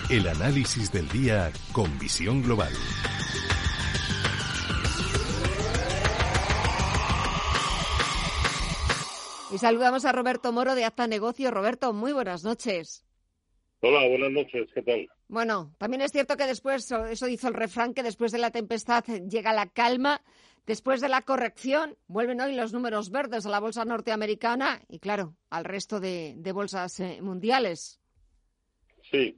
El análisis del día con visión global. Y saludamos a Roberto Moro de Acta Negocio. Roberto, muy buenas noches. Hola, buenas noches, ¿qué tal? Bueno, también es cierto que después, eso hizo el refrán, que después de la tempestad llega la calma. Después de la corrección, vuelven hoy los números verdes a la bolsa norteamericana y, claro, al resto de bolsas mundiales. Sí.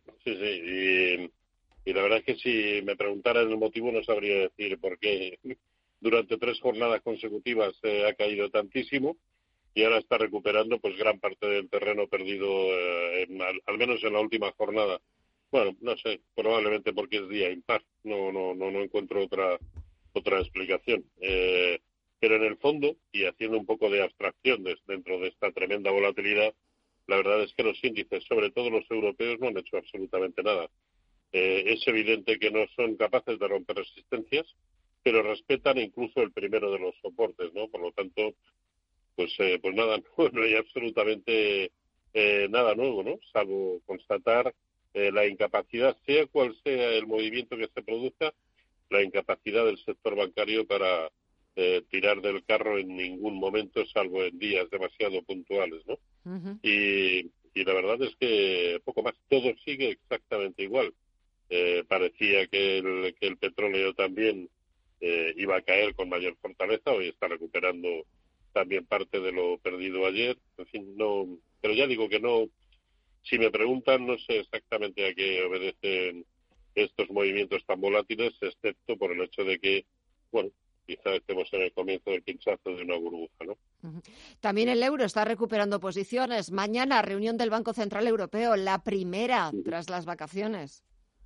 Y la verdad es que si me preguntaran el motivo no sabría decir por qué durante 3 jornadas consecutivas ha caído tantísimo y ahora está recuperando pues gran parte del terreno perdido, al menos en la última jornada. Bueno, no sé, probablemente porque es día impar. No encuentro otra explicación. Pero en el fondo, y haciendo un poco de abstracción dentro de esta tremenda volatilidad, la verdad es que los índices, sobre todo los europeos, no han hecho absolutamente nada. Es evidente que no son capaces de romper resistencias, pero respetan incluso el primero de los soportes, ¿no? Por lo tanto, pues nada, no hay absolutamente nada nuevo, ¿no? Salvo constatar la incapacidad, sea cual sea el movimiento que se produzca, la incapacidad del sector bancario para tirar del carro en ningún momento, salvo en días demasiado puntuales, ¿no? Uh-huh. Y la verdad es que poco más, todo sigue exactamente igual. Parecía que el petróleo también iba a caer con mayor fortaleza, hoy está recuperando también parte de lo perdido ayer, en fin, no, pero ya digo que no, si me preguntan no sé exactamente a qué obedecen estos movimientos tan volátiles, excepto por el hecho de que, bueno, quizá estemos en el comienzo del pinchazo de una burbuja, ¿no? También el euro está recuperando posiciones. Mañana, reunión del Banco Central Europeo, la primera tras las vacaciones.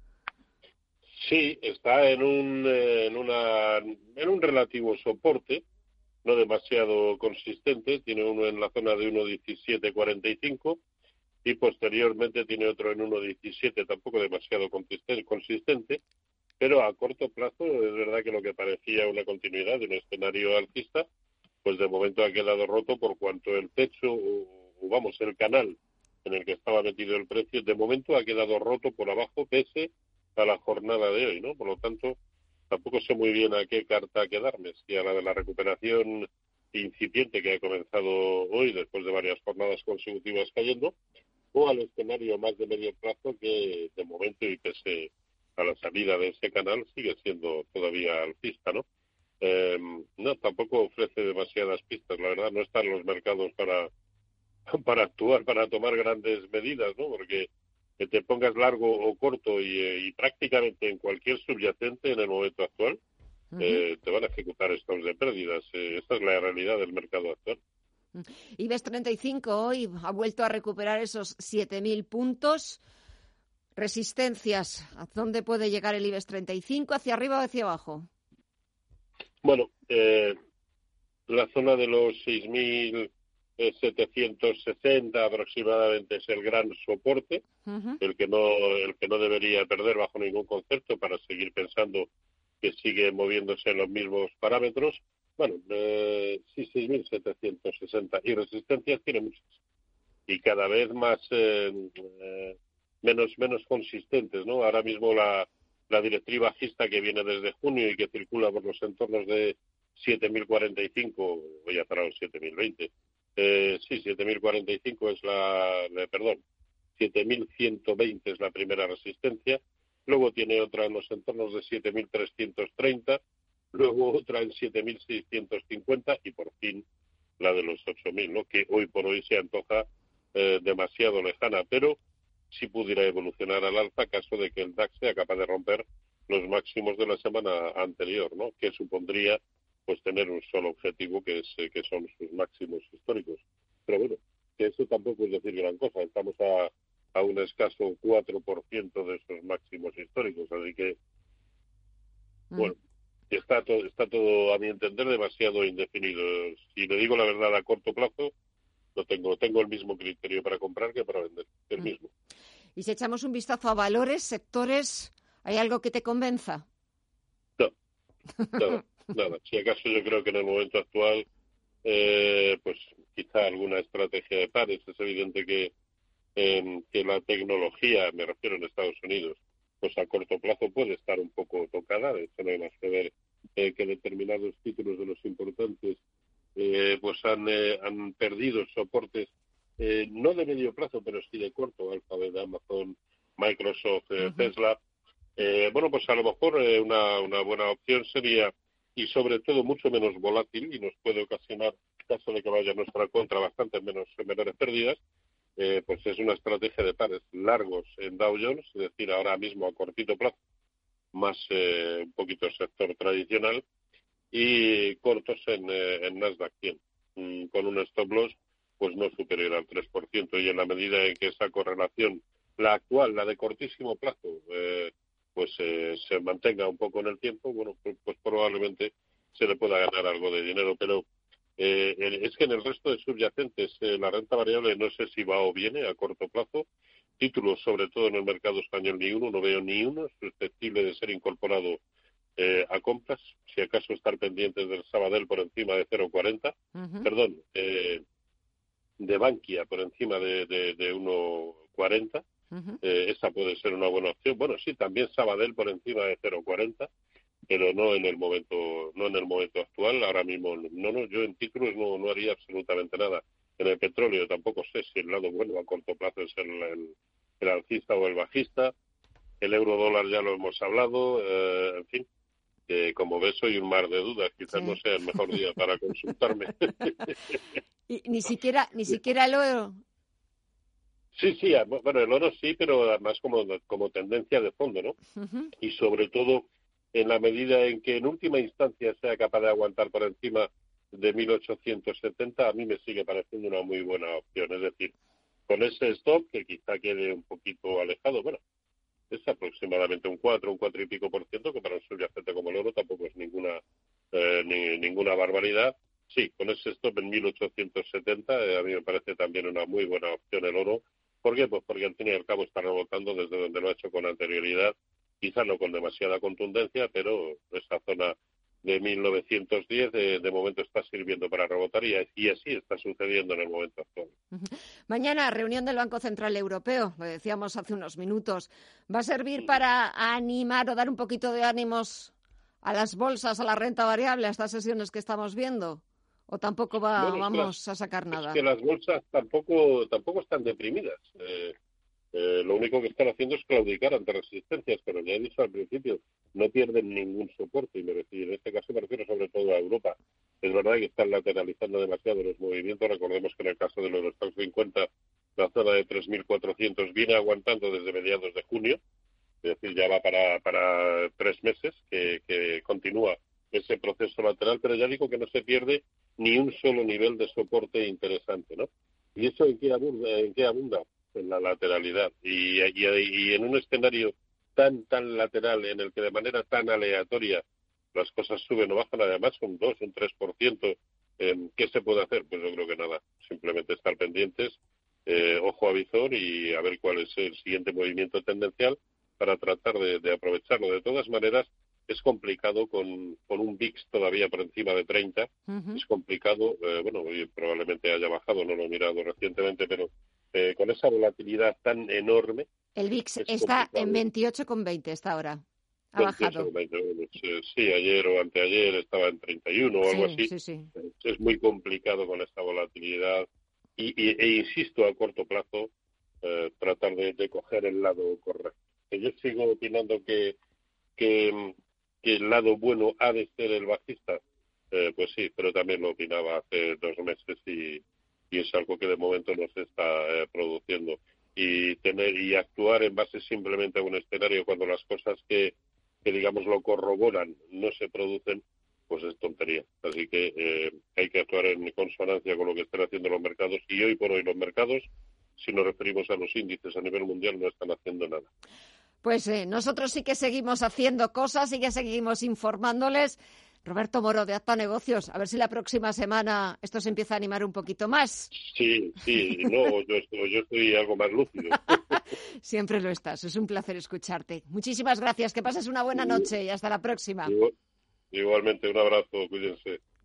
Sí, está en un relativo soporte, no demasiado consistente, tiene uno en la zona de 1,1745 y posteriormente tiene otro en 1,17, tampoco demasiado consistente, pero a corto plazo es verdad que lo que parecía una continuidad de un escenario alcista, pues de momento ha quedado roto por cuanto el techo, o vamos, el canal en el que estaba metido el precio, de momento ha quedado roto por abajo pese a la jornada de hoy, ¿no? Por lo tanto, tampoco sé muy bien a qué carta quedarme, si a la de la recuperación incipiente que ha comenzado hoy después de varias jornadas consecutivas cayendo, o al escenario más de medio plazo que de momento y pese a la salida de ese canal sigue siendo todavía alcista, ¿no? No, tampoco ofrece demasiadas pistas, la verdad, no están los mercados para actuar, para tomar grandes medidas, ¿no? Porque que te pongas largo o corto y prácticamente en cualquier subyacente en el momento actual, te van a ejecutar stops de pérdidas. Esta es la realidad del mercado actual. IBEX 35 hoy ha vuelto a recuperar esos 7.000 puntos. Resistencias, ¿a dónde puede llegar el IBEX 35? ¿Hacia arriba o hacia abajo? Bueno, la zona de los 6.760 aproximadamente es el gran soporte, el que no debería perder bajo ningún concepto para seguir pensando que sigue moviéndose en los mismos parámetros. Bueno, sí, 6.760 y resistencias tiene muchas y cada vez más menos consistentes, ¿no? Ahora mismo la directriz bajista que viene desde junio y que circula por los entornos de 7.045, voy a parar los 7.020. Sí, 7.045 es perdón, 7.120 es la primera resistencia, luego tiene otra en los entornos de 7.330, luego otra en 7.650 y por fin la de los 8.000, ¿no? Que hoy por hoy se antoja demasiado lejana, pero sí pudiera evolucionar al alza caso de que el DAX sea capaz de romper los máximos de la semana anterior, ¿no? Que supondría pues tener un solo objetivo que son sus máximos históricos. Pero bueno, que eso tampoco es decir gran cosa, estamos a un escaso 4% de esos máximos históricos, así que bueno, está todo a mi entender demasiado indefinido. Si le digo la verdad, a corto plazo tengo el mismo criterio para comprar que para vender, el mismo. Y si echamos un vistazo a valores, sectores, ¿hay algo que te convenza? No, nada. Si acaso yo creo que en el momento actual, pues quizá alguna estrategia de pares. Es evidente que que la tecnología, me refiero en Estados Unidos, pues a corto plazo puede estar un poco tocada. De hecho, no hay más que ver que determinados títulos de los importantes pues han perdido soportes, no de medio plazo, pero sí de corto, Alphabet, Amazon, Microsoft, Tesla. Bueno, pues a lo mejor una buena opción sería, y sobre todo mucho menos volátil, y nos puede ocasionar, en caso de que vaya a nuestra contra, bastante menores pérdidas, pues es una estrategia de pares largos en Dow Jones, es decir, ahora mismo a cortito plazo, más un poquito el sector tradicional, y cortos en Nasdaq 100, con un stop loss pues no superior al 3%, y en la medida en que esa correlación, la actual, la de cortísimo plazo, pues se mantenga un poco en el tiempo, bueno, pues probablemente se le pueda ganar algo de dinero, pero es que en el resto de subyacentes la renta variable no sé si va o viene a corto plazo. Títulos, sobre todo en el mercado español, no veo ni uno susceptible de ser incorporado a compras, si acaso estar pendientes del Sabadell por encima de 0,40, perdón, de Bankia por encima de 1,40, esa puede ser una buena opción. Bueno, sí, también Sabadell por encima de 0,40, pero no en el momento actual. Ahora mismo yo en títulos no haría absolutamente nada. En el petróleo tampoco sé si el lado bueno a corto plazo es el alcista o el bajista. El euro dólar ya lo hemos hablado, en fin. Como ves, soy un mar de dudas. Quizás no sea el mejor día para consultarme. Y ni siquiera el oro. Sí, bueno, el oro sí, pero además como tendencia de fondo, ¿no? Y sobre todo en la medida en que en última instancia sea capaz de aguantar por encima de 1870, a mí me sigue pareciendo una muy buena opción. Es decir, con ese stop, que quizá quede un poquito alejado, bueno, es aproximadamente un 4 y pico por ciento, que para un subyacente como el oro tampoco es ninguna barbaridad. Sí, con ese stop en 1870 a mí me parece también una muy buena opción el oro. ¿Por qué? Pues porque al fin y al cabo está rebotando desde donde lo ha hecho con anterioridad, quizás no con demasiada contundencia, pero esa zona de 1910 de momento está sirviendo para rebotar y así está sucediendo en el momento actual. Mañana, reunión del Banco Central Europeo, lo decíamos hace unos minutos. ¿Va a servir para animar o dar un poquito de ánimos a las bolsas, a la renta variable, a estas sesiones que estamos viendo? ¿O tampoco vamos a sacar nada? Es que las bolsas tampoco están deprimidas. Lo único que están haciendo es claudicar ante resistencias, pero ya he dicho al principio, no pierden ningún soporte, y en este caso me refiero sobre todo a Europa. Es verdad que están lateralizando demasiado los movimientos. Recordemos que en el caso de los Eurostoxx 50, la zona de 3.400 viene aguantando desde mediados de junio, es decir, ya va para 3 meses que continúa ese proceso lateral, pero ya digo que no se pierde ni un solo nivel de soporte interesante, ¿no? ¿Y eso en qué abunda? En la lateralidad. Y en un escenario tan lateral, en el que de manera tan aleatoria las cosas suben o bajan, además un 2, un 3%, ¿qué se puede hacer? Pues yo creo que nada, simplemente estar pendientes, ojo a visor, y a ver cuál es el siguiente movimiento tendencial para tratar de aprovecharlo. De todas maneras, es complicado con un VIX todavía por encima de 30, es complicado, y probablemente haya bajado, no lo he mirado recientemente, pero con esa volatilidad tan enorme. El VIX está en 28,20 esta hora. Ha bajado. Sí, ayer o anteayer estaba en 31 o algo así. Sí. Es muy complicado con esta volatilidad e insisto, a corto plazo tratar de coger el lado correcto. Yo sigo opinando que el lado bueno ha de ser el bajista. Pues sí, pero también lo opinaba hace 2 meses y es algo que de momento no se está produciendo. Y actuar en base simplemente a un escenario cuando las cosas que digamos lo corroboran no se producen, pues es tontería. Así que hay que actuar en consonancia con lo que están haciendo los mercados, y hoy por hoy los mercados, si nos referimos a los índices a nivel mundial, no están haciendo nada. Pues nosotros sí que seguimos haciendo cosas, sí que seguimos informándoles. Roberto Moro, de Acta Negocios, a ver si la próxima semana esto se empieza a animar un poquito más. Sí, yo estoy algo más lúcido. Siempre lo estás, es un placer escucharte. Muchísimas gracias, que pases una buena noche y hasta la próxima. Igualmente, un abrazo, cuídense.